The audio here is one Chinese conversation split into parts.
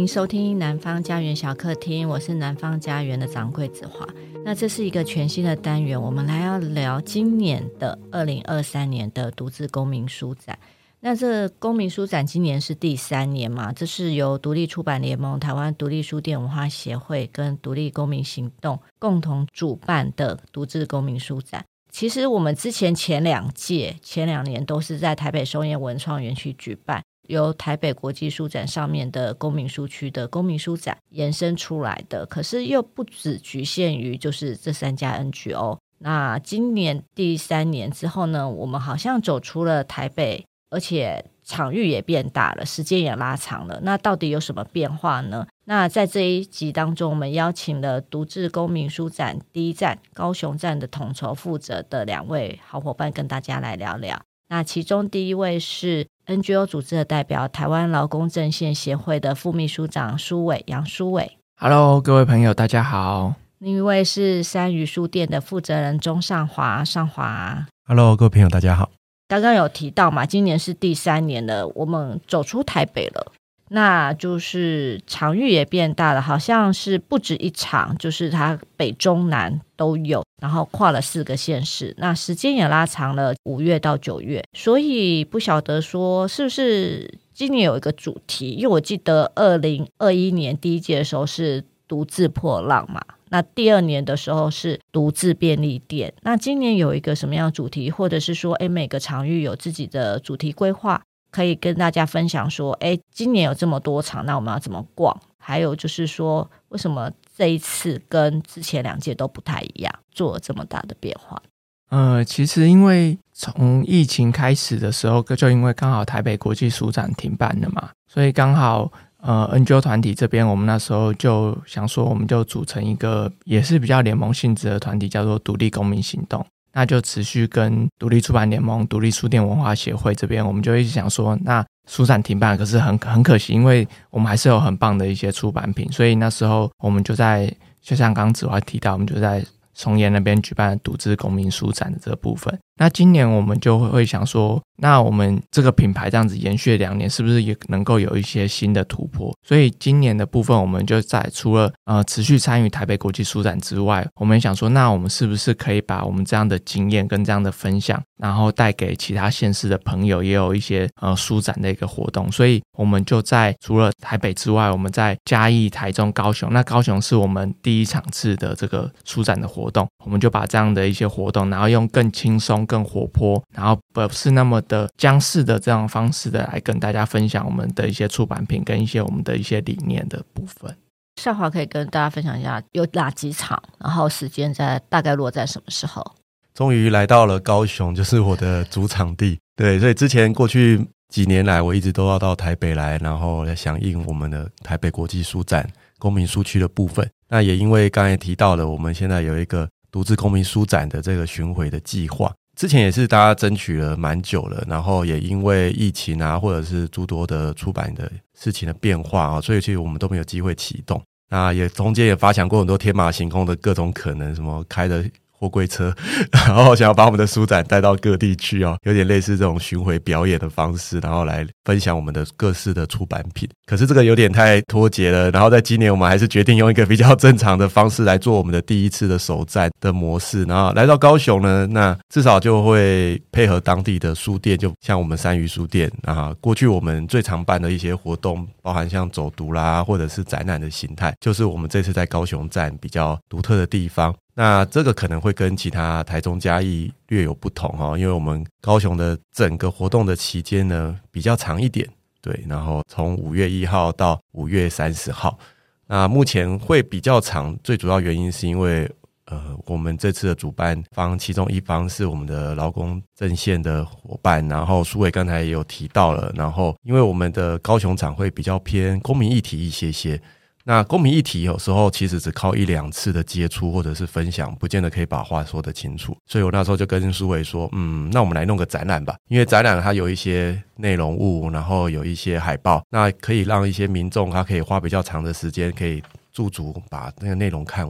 迎收听南方家园小客厅，我是南方家园的掌柜子华。那这是一个全新的单元，我们来要聊今年的2023年的独自公民书展。那这公民书展今年是第3年嘛，这是由独立出版联盟、台湾独立书店文化协会跟独立公民行动共同主办的独自公民书展。其实我们之前前2年都是在台北松烟文创园区举办，由台北国际书展上面的公民书区的公民书展延伸出来的，可是又不只局限于就是这3家 NGO。 那今年第3年之后呢，我们好像走出了台北，而且场域也变大了，时间也拉长了，那到底有什么变化呢？那在这一集当中，我们邀请了独自公民书展第1站高雄站的统筹负责的2位好伙伴，跟大家来聊聊。那其中第一位是 NGO 组织的代表，台湾劳工阵线协会的副秘书长杨书伟。 Hello， 各位朋友大家好。 另一位是山鱼书店的负责人钟尚华。 Hello， 各位朋友大家好。 刚刚有提到嘛，今年是第3年了，我们走出台北了，那就是场域也变大了，好像是不止一场，就是它北中南都有，然后跨了4个县市，那时间也拉长了5月到9月。所以不晓得说是不是今年有一个主题，因为我记得2021年第1届的时候是独自破浪嘛，那第2年的时候是独自便利店，那今年有一个什么样的主题，或者是说每个场域有自己的主题规划，可以跟大家分享说今年有这么多场，那我们要怎么逛，还有就是说为什么这一次跟之前2届都不太一样，做了这么大的变化。 其实因为从疫情开始的时候，就因为刚好台北国际书展停办了嘛，所以刚好NGO 团体这边，我们那时候就想说，我们就组成一个也是比较联盟性质的团体，叫做独立公民行动。那就持续跟独立出版联盟、独立书店文化协会这边，我们就一直想说，那书展停办，可是很可惜，因为我们还是有很棒的一些出版品，所以那时候我们就像刚刚子华提到，我们就在松烟那边举办独自公民书展的这个部分。那今年我们就会想说，那我们这个品牌这样子延续2年，是不是也能够有一些新的突破？所以今年的部分，我们就除了持续参与台北国际书展之外，我们也想说，那我们是不是可以把我们这样的经验跟这样的分享，然后带给其他县市的朋友，也有一些书展的一个活动。所以我们就除了台北之外，我们在嘉义、台中、高雄，那高雄是我们第1场次的这个书展的活动，我们就把这样的一些活动，然后用更轻松更活泼，然后不是那么的僵式的这样方式的来跟大家分享我们的一些出版品跟我们的一些理念的部分。 少华可以跟大家分享一下有哪几场，然后时间大概落在什么时候？ 终于来到了高雄，就是我的主场地。对，所以之前过去几年来，我一直都要到台北来，然后来响应我们的台北国际书展公民书区的部分。那也因为刚才提到了，我们现在有一个独自公民书展的这个巡回的计划，之前也是大家争取了蛮久了，然后也因为疫情啊，或者是诸多的出版的事情的变化啊，所以其实我们都没有机会启动。那也中间也发想过很多天马行空的各种可能，什么开的货柜车，然后想要把我们的书展带到各地去哦，有点类似这种巡回表演的方式，然后来分享我们的各式的出版品。可是这个有点太脱节了，然后在今年我们还是决定用一个比较正常的方式来做我们的第1次的首站的模式。然后来到高雄呢，那至少就会配合当地的书店，就像我们山鱼书店啊，过去我们最常办的一些活动，包含像走读啦，或者是展览的形态，就是我们这次在高雄站比较独特的地方。那这个可能会跟其他台中嘉义略有不同哦，因为我们高雄的整个活动的期间呢比较长一点，对，然后从5月1号到5月30号。那目前会比较长，最主要原因是因为我们这次的主办方其中一方是我们的劳工阵线的伙伴，然后书伟刚才也有提到了，然后因为我们的高雄场会比较偏公民议题一些，那公民议题有时候其实只靠1-2次的接触或者是分享，不见得可以把话说得清楚。所以我那时候就跟书伟说，那我们来弄个展览吧，因为展览它有一些内容物，然后有一些海报，那可以让一些民众他可以花比较长的时间可以驻足把那个内容看完。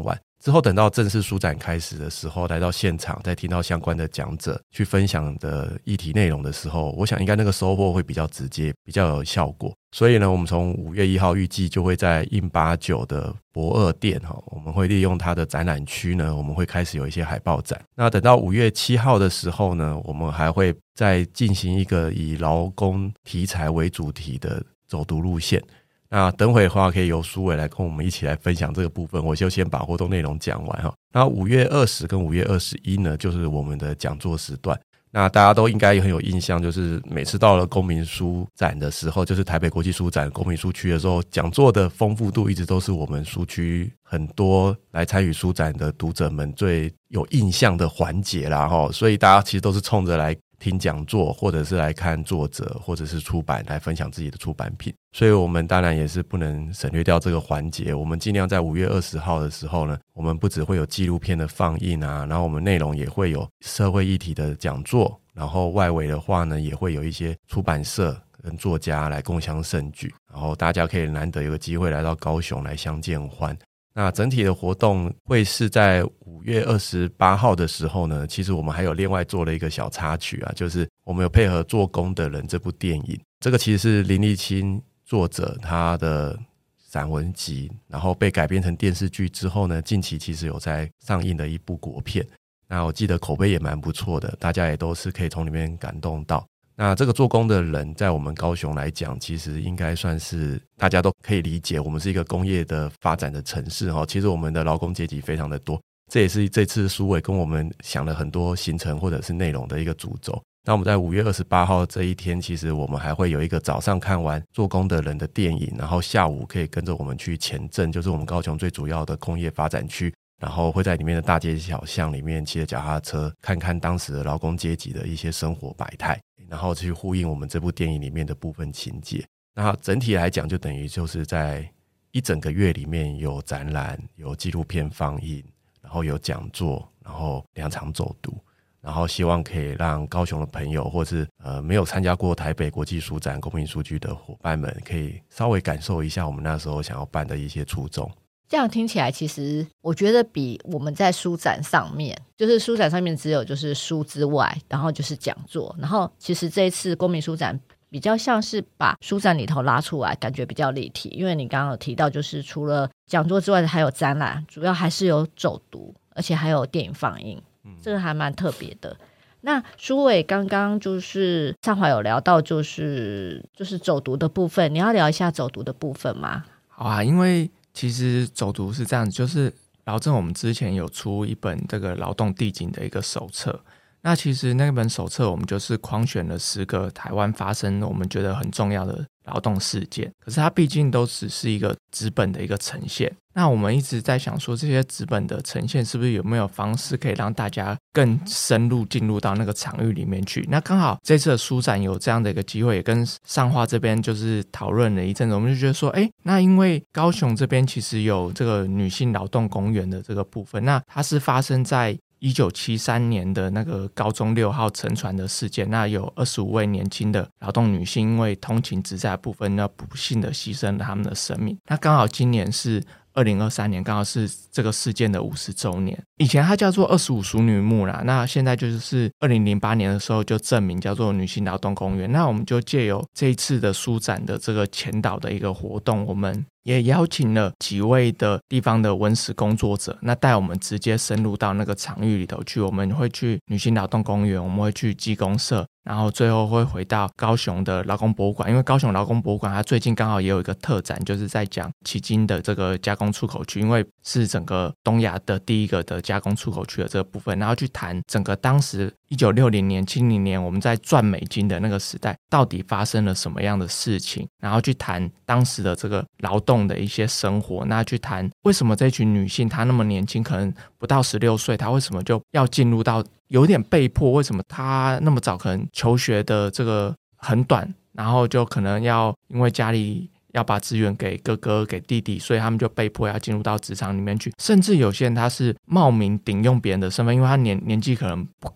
之后等到正式书展开始的时候，来到现场再听到相关的讲者去分享的议题内容的时候，我想应该那个收获会比较直接，比较有效果。所以呢，我们从5月1号预计就会在印89的博二店，我们会利用它的展览区呢，我们会开始有一些海报展。那等到5月7号的时候呢，我们还会再进行一个以劳工题材为主题的走读路线。那等会的话可以由苏伟来跟我们一起来分享这个部分，我就先把活动内容讲完。那5月20跟5月21呢，就是我们的讲座时段。那大家都应该很有印象，就是每次到了公民书展的时候，就是台北国际书展公民书区的时候，讲座的丰富度一直都是我们书区很多来参与书展的读者们最有印象的环节啦。所以大家其实都是冲着来听讲座，或者是来看作者或者是出版来分享自己的出版品，所以我们当然也是不能省略掉这个环节。我们尽量在5月20号的时候呢，我们不只会有纪录片的放映啊，然后我们内容也会有社会议题的讲座，然后外围的话呢，也会有一些出版社跟作家来共襄盛举，然后大家可以难得有个机会来到高雄来相见欢。那整体的活动会是在5月28号的时候呢，其实我们还有另外做了一个小插曲啊，就是我们有配合《做工的人》这部电影，这个其实是林立青作者他的散文集，然后被改编成电视剧之后呢，近期其实有在上映的一部国片，那我记得口碑也蛮不错的，大家也都是可以从里面感动到。那这个做工的人在我们高雄来讲，其实应该算是大家都可以理解，我们是一个工业的发展的城市，其实我们的劳工阶级非常的多，这也是这次书委跟我们想了很多行程或者是内容的一个主轴。那我们在5月28号这一天，其实我们还会有一个早上看完做工的人的电影，然后下午可以跟着我们去前镇，就是我们高雄最主要的工业发展区，然后会在里面的大街小巷里面骑着脚踏车，看看当时的劳工阶级的一些生活百态，然后去呼应我们这部电影里面的部分情节。那整体来讲，就等于就是在一整个月里面有展览，有纪录片放映，然后有讲座，然后2场走读，然后希望可以让高雄的朋友，或是没有参加过台北国际书展公民书局的伙伴们，可以稍微感受一下我们那时候想要办的一些初衷。 这样听起来，其实我觉得比我们在书展上面，就是书展上面只有就是书之外，然后就是讲座，然后其实这一次公民书展比较像是把书展里头拉出来，感觉比较立体。因为你刚刚有提到，就是除了讲座之外还有展览，主要还是有走读，而且还有电影放映，这个还蛮特别的。那书伟刚刚就是上华有聊到就是走读的部分，你要聊一下走读的部分吗？ 好啊，因为其实走读是这样子，就是劳政我们之前有出一本这个劳动地景的一个手册，那其实那本手册我们就是框选了10个台湾发生我们觉得很重要的劳动事件，可是它毕竟都只是一个纸本的一个呈现。那我们一直在想说，这些纸本的呈现是不是有没有方式可以让大家更深入进入到那个场域里面去。那刚好这次的书展有这样的一个机会，也跟上华这边就是讨论了一阵子，我们就觉得说那因为高雄这边其实有这个女性劳动公园的这个部分，那它是发生在1973年的那个高中6号沉船的事件，那有25位年轻的劳动女性因为通勤职责的部分，那不幸的牺牲了他们的生命。那刚好今年是2023年，刚好是这个事件的50周年。以前它叫做25淑女墓啦，那现在就是2008年的时候就证明叫做女性劳动公园。那我们就借由这一次的书展的这个前导的一个活动，我们也邀请了几位的地方的文史工作者，那带我们直接深入到那个场域里头去。我们会去女性劳动公园，我们会去技工社，然后最后会回到高雄的劳工博物馆，因为高雄劳工博物馆它最近刚好也有一个特展，就是在讲迄今的这个加工出口区，因为是整个东亚的第一个的加工出口区的这个部分，然后去谈整个当时1960年70年我们在赚美金的那个时代到底发生了什么样的事情，然后去谈当时的这个劳动的一些生活，那去谈为什么这群女性她那么年轻，可能不到16岁，她为什么就要进入到有点被迫，为什么她那么早可能求学的这个很短，然后就可能要因为家里要把资源给哥哥给弟弟，所以他们就被迫要进入到职场里面去，甚至有些人他是冒名顶用别人的身份，因为他年纪可能不够，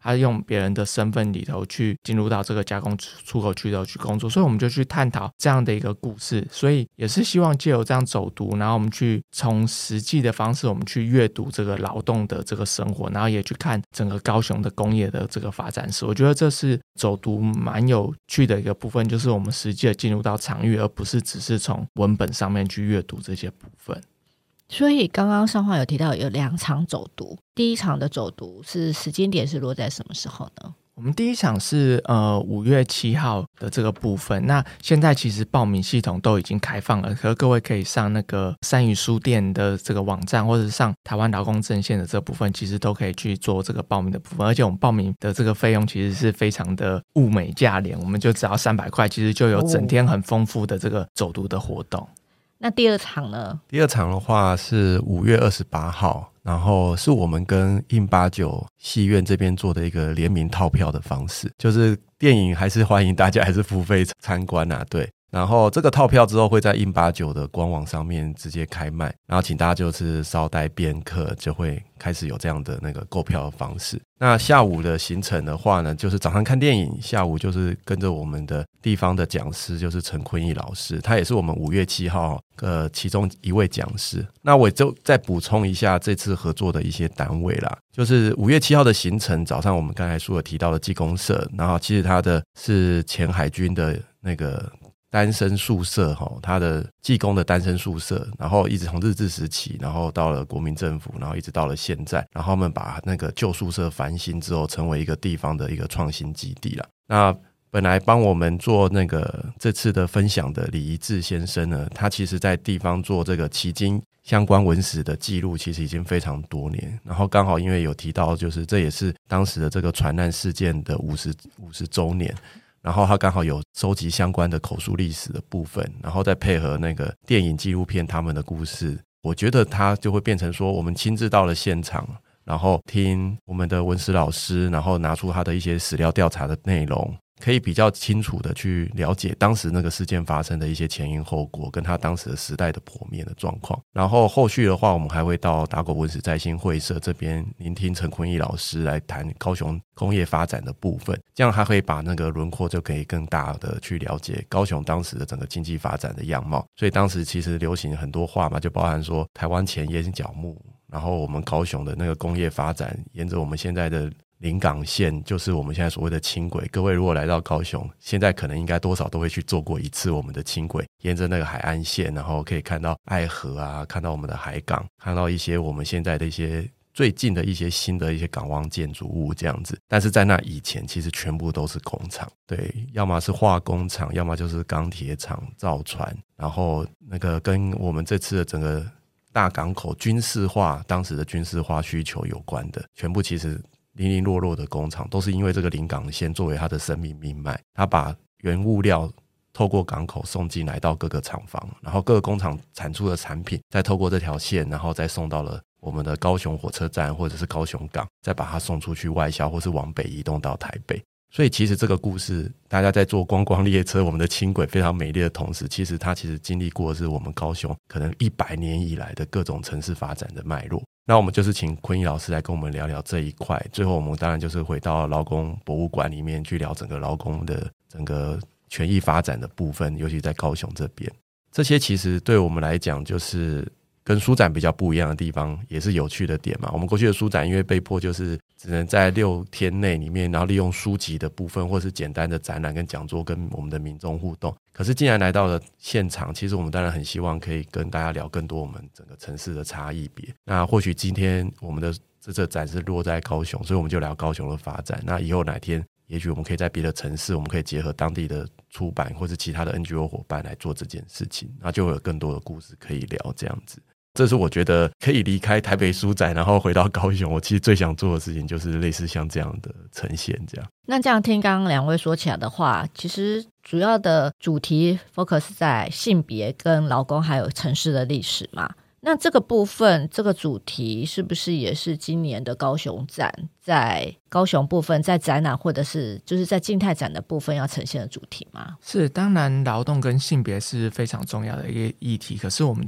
他用别人的身份里头去进入到这个加工出口区头去工作，所以我们就去探讨这样的一个故事，所以也是希望借由这样走读，然后我们去从实际的方式我们去阅读这个劳动的这个生活，然后也去看整个高雄的工业的这个发展史。我觉得这是走读蛮有趣的一个部分，就是我们实际的进入到场域，而不是只是从文本上面去阅读这些部分。 所以刚刚上话有提到有2场走读，第一场的走读是时间点是落在什么时候呢？ 我们第一场是5月7号的这个部分，那现在其实报名系统都已经开放了，可是各位可以上那个三余书店的这个网站，或者是上台湾劳工阵线的这部分，其实都可以去做这个报名的部分，而且我们报名的这个费用其实是非常的物美价廉，我们就只要300块，其实就有整天很丰富的这个走读的活动。 那第2场呢？ 第2场的话是5月28号，然后是我们跟印89戏院这边做的一个联名套票的方式，就是电影还是欢迎大家还是付费参观啊，对。然后这个套票之后会在印89的官网上面直接开卖，然后请大家就是稍待片刻，就会开始有这样的那个购票的方式。那下午的行程的话呢，就是早上看电影，下午就是跟着我们的地方的讲师，就是陈坤义老师，他也是我们5月7号其中一位讲师。那我就再补充一下这次合作的一些单位啦，就是5月7号的行程，早上我们刚才有提到的技工社，然后其实它的是前海军的那个单身宿舍，他的技工的单身宿舍，然后一直从日治时期，然后到了国民政府，然后一直到了现在，然后他们把那个旧宿舍翻新之后，成为一个地方的一个创新基地了。那本来帮我们做那个这次的分享的李一智先生呢，他其实在地方做这个旗津相关文史的记录，其实已经非常多年。然后刚好因为有提到，就是这也是当时的这个船难事件的50周年。然后他刚好有收集相关的口述历史的部分，然后再配合那个电影纪录片他们的故事，我觉得他就会变成说我们亲自到了现场，然后听我们的文史老师，然后拿出他的一些史料调查的内容，可以比较清楚的去了解当时那个事件发生的一些前因后果，跟他当时的时代的剖面的状况。然后后续的话，我们还会到打狗文史再兴会社这边聆听陈坤义老师来谈高雄工业发展的部分，这样他可以把那个轮廓就可以更大的去了解高雄当时的整个经济发展的样貌。所以当时其实流行很多话嘛，就包含说台湾前烟角木，然后我们高雄的那个工业发展沿着我们现在的临港线，就是我们现在所谓的轻轨。各位如果来到高雄，现在可能应该多少都会去坐过一次我们的轻轨，沿着那个海岸线，然后可以看到爱河啊，看到我们的海港，看到一些我们现在的一些最近的一些新的一些港湾建筑物这样子。但是在那以前其实全部都是工厂，对，要么是化工厂，要么就是钢铁厂、造船，然后那个跟我们这次的整个大港口军事化，当时的军事化需求有关的，全部其实零零落落的工厂都是因为这个临港线作为它的生命命脉，它把原物料透过港口送进来到各个厂房，然后各个工厂产出的产品再透过这条线，然后再送到了我们的高雄火车站或者是高雄港，再把它送出去外销或是往北移动到台北。所以其实这个故事大家在坐观光列车，我们的轻轨非常美丽的同时，其实它其实经历过的是我们高雄可能100年以来的各种城市发展的脉络。那我们就是请坤义老师来跟我们聊聊这一块，最后我们当然就是回到劳工博物馆里面去聊整个劳工的整个权益发展的部分，尤其在高雄这边。这些其实对我们来讲就是跟书展比较不一样的地方，也是有趣的点嘛。我们过去的书展因为被迫就是只能在6天内里面，然后利用书籍的部分或是简单的展览跟讲座跟我们的民众互动，可是既然来到了现场，其实我们当然很希望可以跟大家聊更多我们整个城市的差异别。那或许今天我们的这展是落在高雄，所以我们就聊高雄的发展。那以后哪天也许我们可以在别的城市，我们可以结合当地的出版或是其他的 NGO 伙伴来做这件事情，那就会有更多的故事可以聊这样子。这是我觉得可以离开台北书展然后回到高雄，我其实最想做的事情就是类似像这样的呈现这样。 那这样听刚刚2位说起来的话，其实主要的主题 focus 在性别跟劳工还有城市的历史嘛。那这个部分这个主题是不是也是今年的高雄展在高雄部分在展览或者是就是在静态展的部分要呈现的主题吗？ 是，当然劳动跟性别是非常重要的一个议题，可是我们的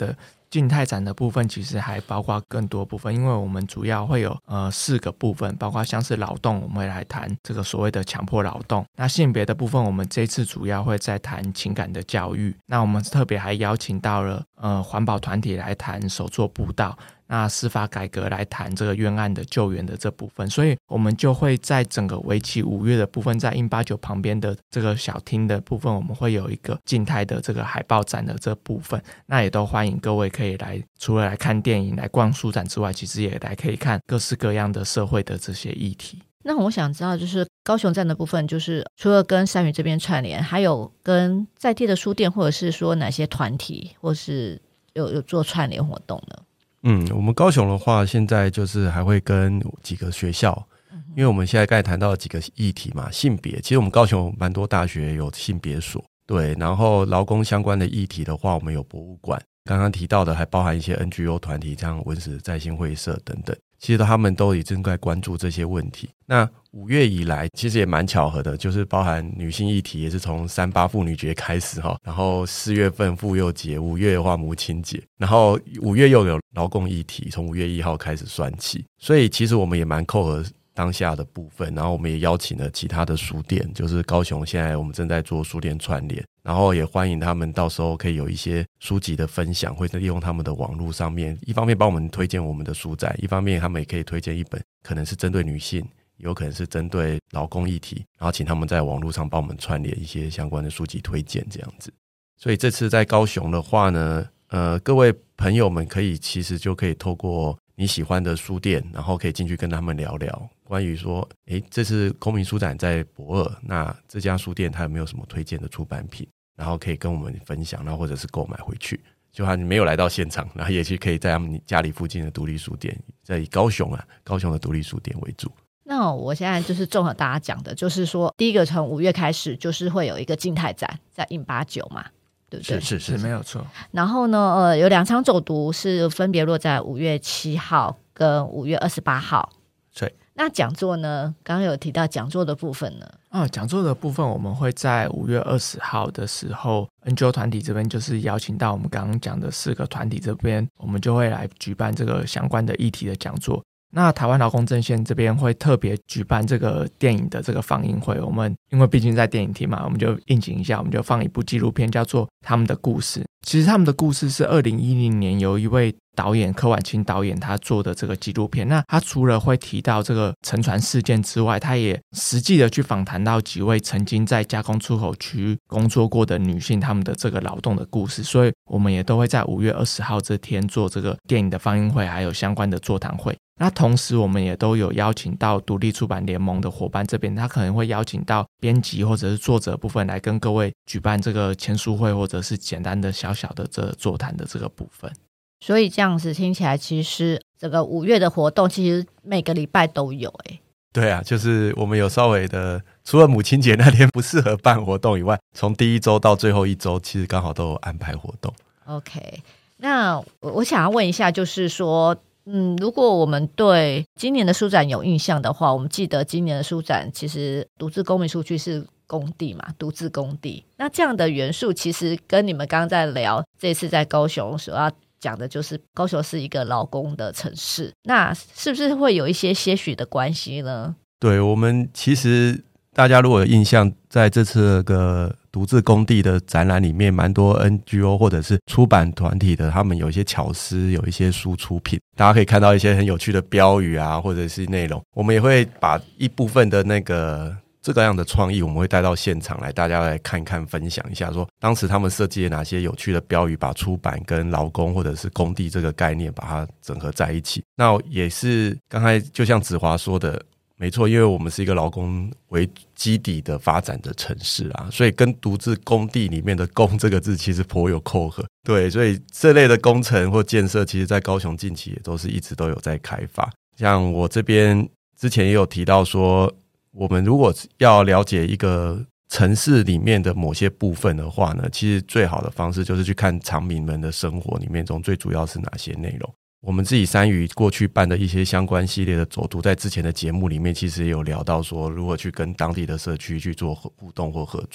静态展的部分其实还包括更多部分，因为我们主要会有4个部分，包括像是劳动，我们会来谈这个所谓的强迫劳动。那性别的部分，我们这次主要会在谈情感的教育。那我们特别还邀请到了环保团体来谈手作步道。那司法改革来谈这个冤案的救援的这部分，所以我们就会在整个为期5月的部分，在189旁边的这个小厅的部分，我们会有一个静态的这个海报展的这部分。那也都欢迎各位可以来，除了来看电影、来逛书展之外，其实也来可以看各式各样的社会的这些议题。 那我想知道，就是高雄站的部分，就是除了跟山隅这边串联，还有跟在地的书店，或者是说哪些团体，或是有做串联活动呢？ 我们高雄的话，现在就是还会跟几个学校，因为我们现在刚才谈到几个议题嘛，性别，其实我们高雄有蛮多大学有性别所，对，然后劳工相关的议题的话，我们有博物馆，刚刚提到的还包含一些 NGO 团体，像文史再兴会社等等，其实他们都已经在关注这些问题。那5月以来其实也蛮巧合的，就是包含女性议题也是从38妇女节开始，然后4月份妇幼节，5月的话母亲节，然后5月又有劳工议题，从5月1号开始算起，所以其实我们也蛮扣合当下的部分，然后我们也邀请了其他的书店，就是高雄现在我们正在做书店串联，然后也欢迎他们到时候可以有一些书籍的分享，会利用他们的网络上面，一方面帮我们推荐我们的书展，一方面他们也可以推荐一本可能是针对女性，有可能是针对劳工议题，然后请他们在网络上帮我们串联一些相关的书籍推荐这样子。所以这次在高雄的话呢，各位朋友们其实就可以透过你喜欢的书店，然后可以进去跟他们聊聊关于说这次公民书展在博尔，那这家书店它有没有什么推荐的出版品，然后可以跟我们分享，然后或者是购买回去，就他没有来到现场，然后也去可以在他们家里附近的独立书店，在以高雄的独立书店为主。 那我现在就是综合大家讲的，就是说第一个从5月开始就是会有一个静态展在189嘛，对不对？ 是没有错。 然后呢有2场走读是分别落在5月7号跟5月28号。 对。 那讲座呢，刚刚有提到讲座的部分呢？ 讲座的部分我们会在5月20号的时候 NGO 团体这边就是邀请到我们刚刚讲的4个团体这边，我们就会来举办这个相关的议题的讲座。那台湾劳工阵线这边会特别举办这个电影的这个放映会，我们因为毕竟在电影厅嘛，我们就应景一下，我们就放一部纪录片叫做《他们的故事》。其实他们的故事是2010年有一位导演柯婉清导演他做的这个纪录片。那他除了会提到这个沉船事件之外，他也实际的去访谈到几位曾经在加工出口区工作过的女性，他们的这个劳动的故事，所以我们也都会在5月20号这天做这个电影的放映会，还有相关的座谈会。那同时我们也都有邀请到独立出版联盟的伙伴这边，他可能会邀请到编辑或者是作者部分来跟各位举办这个签书会，或者是简单的小小的这座谈的这个部分。 所以这样子听起来，其实这个5月的活动其实每个礼拜都有对啊，就是我们有稍微的，除了母亲节那天不适合办活动以外，从第1周到最后1周其实刚好都有安排活动。 OK， 那我想要问一下，就是说如果我们对今年的书展有印象的话，我们记得今年的书展其实独自公民书区是工地嘛，独自工地，那这样的元素其实跟你们刚刚在聊这次在高雄所要讲的就是高雄是一个劳工的城市，那是不是会有一些些许的关系呢？ 对，我们其实大家如果有印象，在这次个独自工地的展览里面，蛮多 NGO 或者是出版团体的，他们有一些巧思，有一些输出品，大家可以看到一些很有趣的标语啊，或者是内容。我们也会把一部分的这个样的创意，我们会带到现场来，大家来看看分享一下，说当时他们设计了哪些有趣的标语，把出版跟劳工或者是工地这个概念把它整合在一起。那也是刚才就像子华说的没错，因为我们是一个劳工为基底的发展的城市啊，所以跟独自工地里面的工这个字其实颇有扣合。对，所以这类的工程或建设其实在高雄近期也都是一直都有在开发。像我这边之前也有提到说，我们如果要了解一个城市里面的某些部分的话呢，其实最好的方式就是去看常民们的生活里面中最主要是哪些内容。我们自己山隅过去办的一些相关系列的走读，在之前的节目里面其实也有聊到说如何去跟当地的社区去做互动或合作。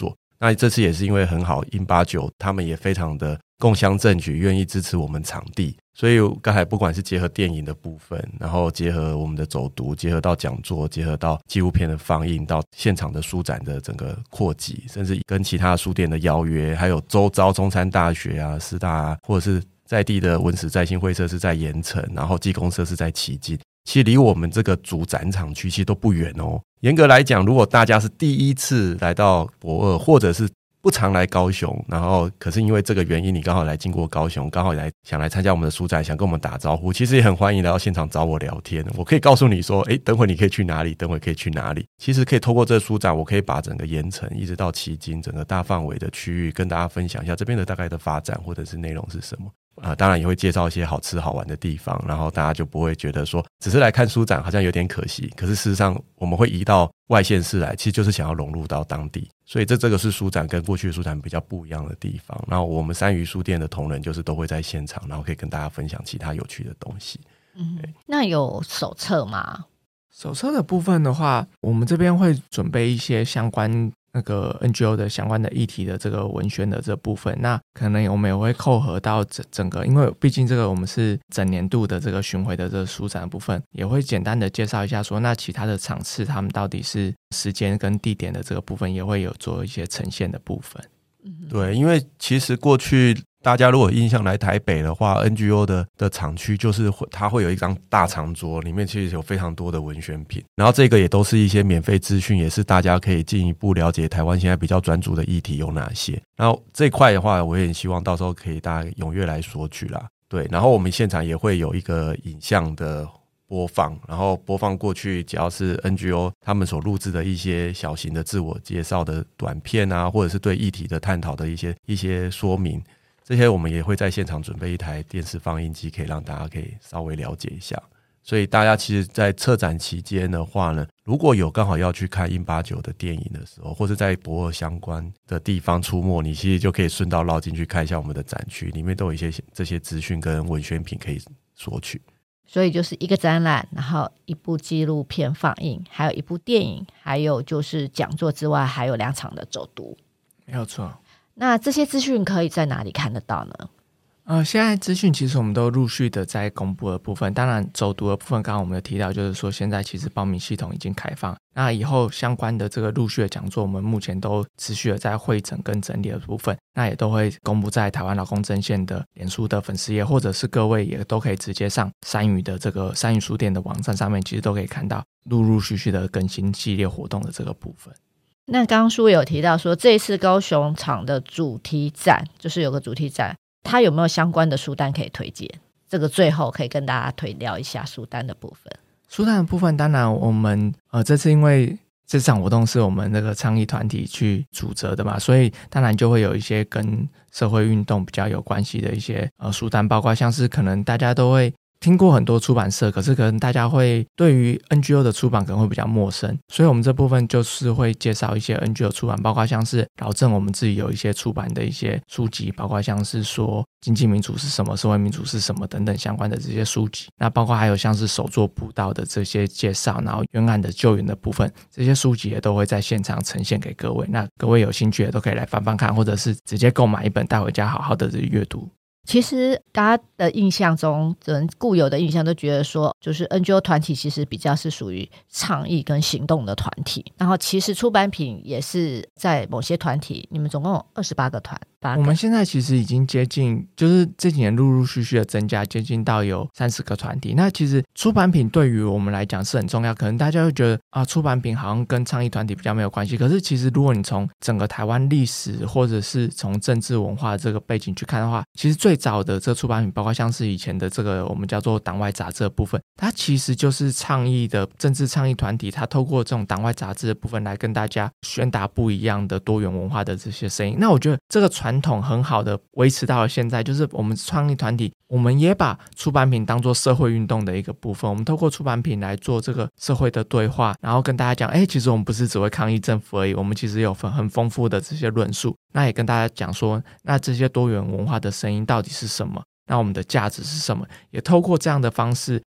那这次也是因为很好，189他们也非常的共襄盛举，愿意支持我们场地，所以刚才不管是结合电影的部分，然后结合我们的走读，结合到讲座，结合到纪录片的放映，到现场的书展的整个扩及，甚至跟其他书店的邀约，还有周遭中山大学啊、师大啊，或者是在地的文史再兴会社是在盐埕，然后技工社是在旗津，其实离我们这个主展场区其实都不远哦。严格来讲，如果大家是第一次来到博二，或者是不常来高雄，然后可是因为这个原因你刚好来经过高雄，刚好想来参加我们的书展，想跟我们打招呼，其实也很欢迎来到现场找我聊天。我可以告诉你说等会你可以去哪里，等会可以去哪里。其实可以透过这个书展，我可以把整个盐埕一直到旗津整个大范围的区域跟大家分享一下这边的大概的发展或者是内容是什么。当然也会介绍一些好吃好玩的地方，然后大家就不会觉得说只是来看书展好像有点可惜，可是事实上我们会移到外县市来，其实就是想要融入到当地，所以这个是书展跟过去的书展比较不一样的地方。然后我们三余书店的同仁就是都会在现场，然后可以跟大家分享其他有趣的东西。 那有手册吗？ 手册的部分的话，我们这边会准备一些相关那个 NGO 的相关的议题的这个文宣的这部分，那可能我们也会扣合到整个，因为毕竟这个我们是整年度的这个巡回的这个书展的部分，也会简单的介绍一下说那其他的场次他们到底是时间跟地点的这个部分也会有做一些呈现的部分。 对，因为其实过去大家如果有印象来台北的话， NGO 的厂区就是它会有一张大长桌，里面其实有非常多的文宣品，然后这个也都是一些免费资讯，也是大家可以进一步了解台湾现在比较专注的议题有哪些。然后这一块的话，我也很希望到时候可以大家踊跃来索取啦。对，然后我们现场也会有一个影像的播放，然后播放过去只要是 NGO 他们所录制的一些小型的自我介绍的短片啊，或者是对议题的探讨的一些说明，这些我们也会在现场准备一台电视放映机，可以让大家可以稍微了解一下。所以大家其实在策展期间的话呢，如果有刚好要去看189的电影的时候，或是在博二相关的地方出没，你其实就可以顺道绕进去看一下我们的展区，里面都有一些这些资讯跟文宣品可以索取。 所以就是一个展览，然后一部纪录片放映，还有一部电影，还有就是讲座之外还有2场的走读。 没有错。 那这些资讯可以在哪里看得到呢？ 现在资讯其实我们都陆续的在公布的部分，当然走读的部分刚刚我们有提到，就是说现在其实报名系统已经开放，那以后相关的这个陆续的讲座我们目前都持续的在汇整跟整理的部分，那也都会公布在台湾劳工阵线的脸书的粉丝页，或者是各位也都可以直接上三余的这个三余书店的网站上面，其实都可以看到陆续的更新系列活动的这个部分。 那刚刚书有提到说这一次高雄场的主题展就是有个主题展，它有没有相关的书单可以推荐？这个最后可以跟大家推聊一下书单的部分。 书单的部分当然我们这次因为这场活动是我们那个倡议团体去主责的嘛，所以当然就会有一些跟社会运动比较有关系的一些书单，包括像是可能大家都会听过很多出版社，可是可能大家会对于 NGO 的出版可能会比较陌生，所以我们这部分就是会介绍一些 NGO 出版，包括像是劳政我们自己有一些出版的一些书籍，包括像是说经济民主是什么，社会民主是什么等等相关的这些书籍，那包括还有像是手作步道的这些介绍，然后冤案的救援的部分，这些书籍也都会在现场呈现给各位，那各位有兴趣的都可以来翻翻看，或者是直接购买一本带回家好好的阅读。 其实大家的印象中，人固有的印象都觉得说，就是 NGO 团体其实比较是属于倡议跟行动的团体，然后其实出版品也是在某些团体，你们总共有28个团。 我们现在其实已经接近，就是这几年陆续的增加，接近到有30个团体。那其实出版品对于我们来讲是很重要，可能大家会觉得出版品好像跟倡议团体比较没有关系，可是其实如果你从整个台湾历史或者是从政治文化这个背景去看的话，其实最早的这个出版品，包括像是以前的这个我们叫做党外杂志的部分，它其实就是倡议的政治倡议团体，它透过这种党外杂志的部分来跟大家宣达不一样的多元文化的这些声音。那我觉得这个传统很好的维持到了现在，就是我们倡议团体，我们也把出版品当作社会运动的一个部分，我们透过出版品来做这个社会的对话，然后跟大家讲其实我们不是只会抗议政府而已，我们其实有很丰富的这些论述，那也跟大家讲说那这些多元文化的声音到底是什么，那我们的价值是什么，也透过这样的方式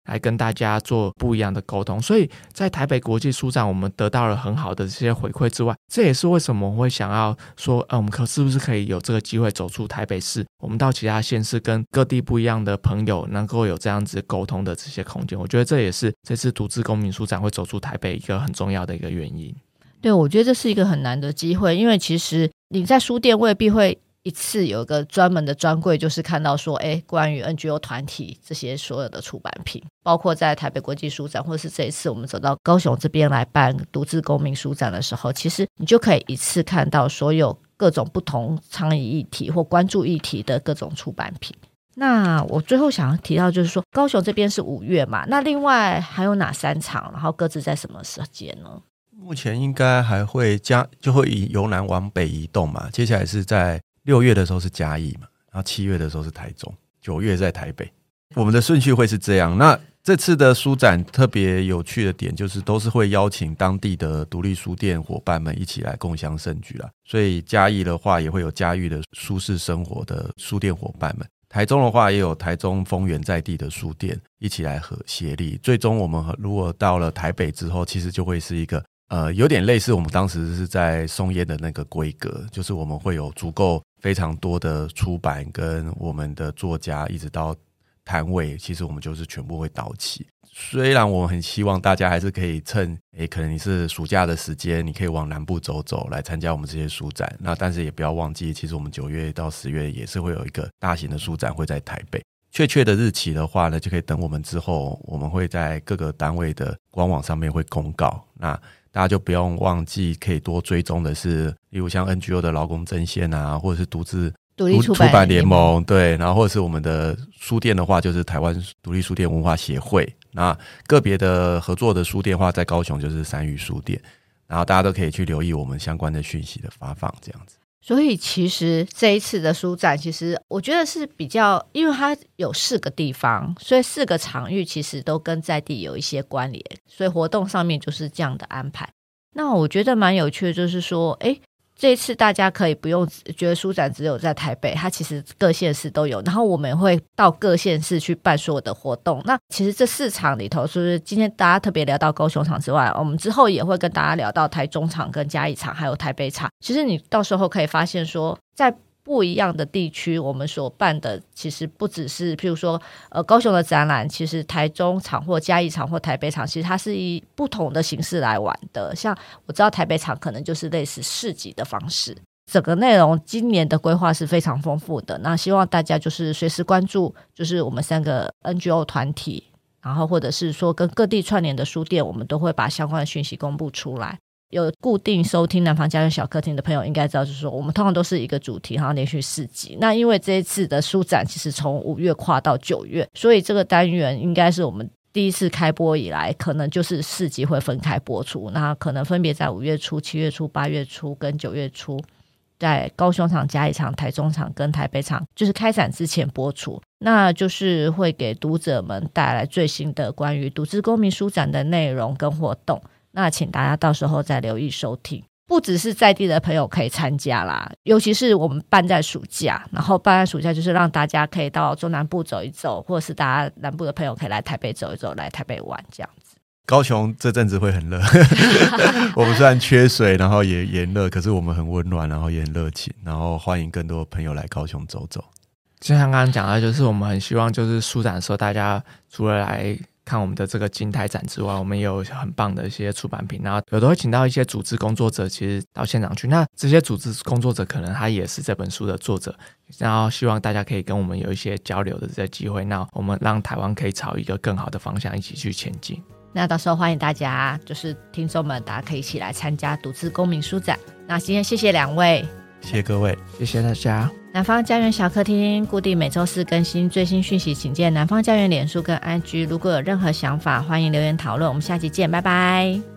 来跟大家做不一样的沟通。所以在台北国际书展我们得到了很好的这些回馈之外，这也是为什么我会想要说我们是不是可以有这个机会走出台北市，我们到其他县市跟各地不一样的朋友能够有这样子沟通的这些空间。我觉得这也是这次独自公民书展会走出台北一个很重要的一个原因。 对，我觉得这是一个很难的机会，因为其实你在书店未必会一次有一个专门的专柜，就是看到说关于 NGO 团体这些所有的出版品，包括在台北国际书展或是这一次我们走到高雄这边来办独自公民书展的时候，其实你就可以一次看到所有各种不同倡议议题或关注议题的各种出版品。那我最后想要提到就是说，高雄这边是5月嘛，那另外还有哪3场，然后各自在什么时间呢？ 目前应该还会就会由南往北移动嘛，接下来是在6月的时候是嘉义嘛，然后7月的时候是台中，9月在台北，我们的顺序会是这样。那这次的书展特别有趣的点就是都是会邀请当地的独立书店伙伴们一起来共襄盛举啦，所以嘉义的话也会有嘉义的舒适生活的书店伙伴们，台中的话也有台中丰原在地的书店一起来协力，最终我们如果到了台北之后，其实就会是一个有点类似我们当时是在松烟的那个规格，就是我们会有足够非常多的出版跟我们的作家一直到摊位，其实我们就是全部会到齐。虽然我们很希望大家还是可以趁可能你是暑假的时间，你可以往南部走走来参加我们这些书展，那但是也不要忘记，其实我们9月到10月也是会有一个大型的书展会在台北。确切的日期的话呢，就可以等我们之后我们会在各个单位的官网上面会公告，那大家就不用忘记可以多追踪的是例如像 NGO 的劳工阵线啊，或者是独立出版联盟，对，然后或者是我们的书店的话就是台湾独立书店文化协会，那个别的合作的书店的话在高雄就是三余书店，然后大家都可以去留意我们相关的讯息的发放这样子。 所以其实这一次的书展其实我觉得是比较，因为它有4个地方，所以4个场域其实都跟在地有一些关联，所以活动上面就是这样的安排。那我觉得蛮有趣的就是说这一次大家可以不用觉得书展只有在台北，它其实各县市都有，然后我们会到各县市去办所有的活动。那其实这4场里头，就是今天大家特别聊到高雄场之外，我们之后也会跟大家聊到台中场跟嘉义场还有台北场。其实你到时候可以发现说，在不一样的地区我们所办的其实不只是譬如说高雄的展览，其实台中场或嘉义场或台北场其实它是以不同的形式来玩的。像我知道台北场可能就是类似市集的方式，整个内容今年的规划是非常丰富的，那希望大家就是随时关注就是我们3个 NGO 团体，然后或者是说跟各地串联的书店，我们都会把相关的讯息公布出来。有固定收听南方家园小客厅的朋友应该知道，就是说我们通常都是一个主题，然后连续4集。那因为这一次的书展其实从5月跨到9月，所以这个单元应该是我们第一次开播以来可能就是4集会分开播出，那可能分别在5月初、7月初、8月初跟9月初在高雄场、嘉义场、台中场跟台北场就是开展之前播出，那就是会给读者们带来最新的关于独自公民书展的内容跟活动，那请大家到时候再留意收听。不只是在地的朋友可以参加啦，尤其是我们办在暑假，然后办在暑假就是让大家可以到中南部走一走，或者是大家南部的朋友可以来台北走一走，来台北玩这样子。 高雄这阵子会很热我们虽然缺水然后也炎热，可是我们很温暖，然后也很热情，然后欢迎更多朋友来高雄走走。 就像刚刚讲的，就是我们很希望就是书展的时候大家除了来看我们的这个金台展之外，我们也有很棒的一些出版品，然后有的会请到一些组织工作者其实到现场去，那这些组织工作者可能他也是这本书的作者，然后希望大家可以跟我们有一些交流的这些机会，那我们让台湾可以朝一个更好的方向一起去前进。 那到时候欢迎大家就是听众们大家可以一起来参加独自公民书展。那今天谢谢2位， 谢谢各位， 谢谢大家。 南方家园小客厅固定每周4更新，最新讯息请见南方家园脸书跟 IG。如果有任何想法欢迎留言讨论，我们下期见，拜拜。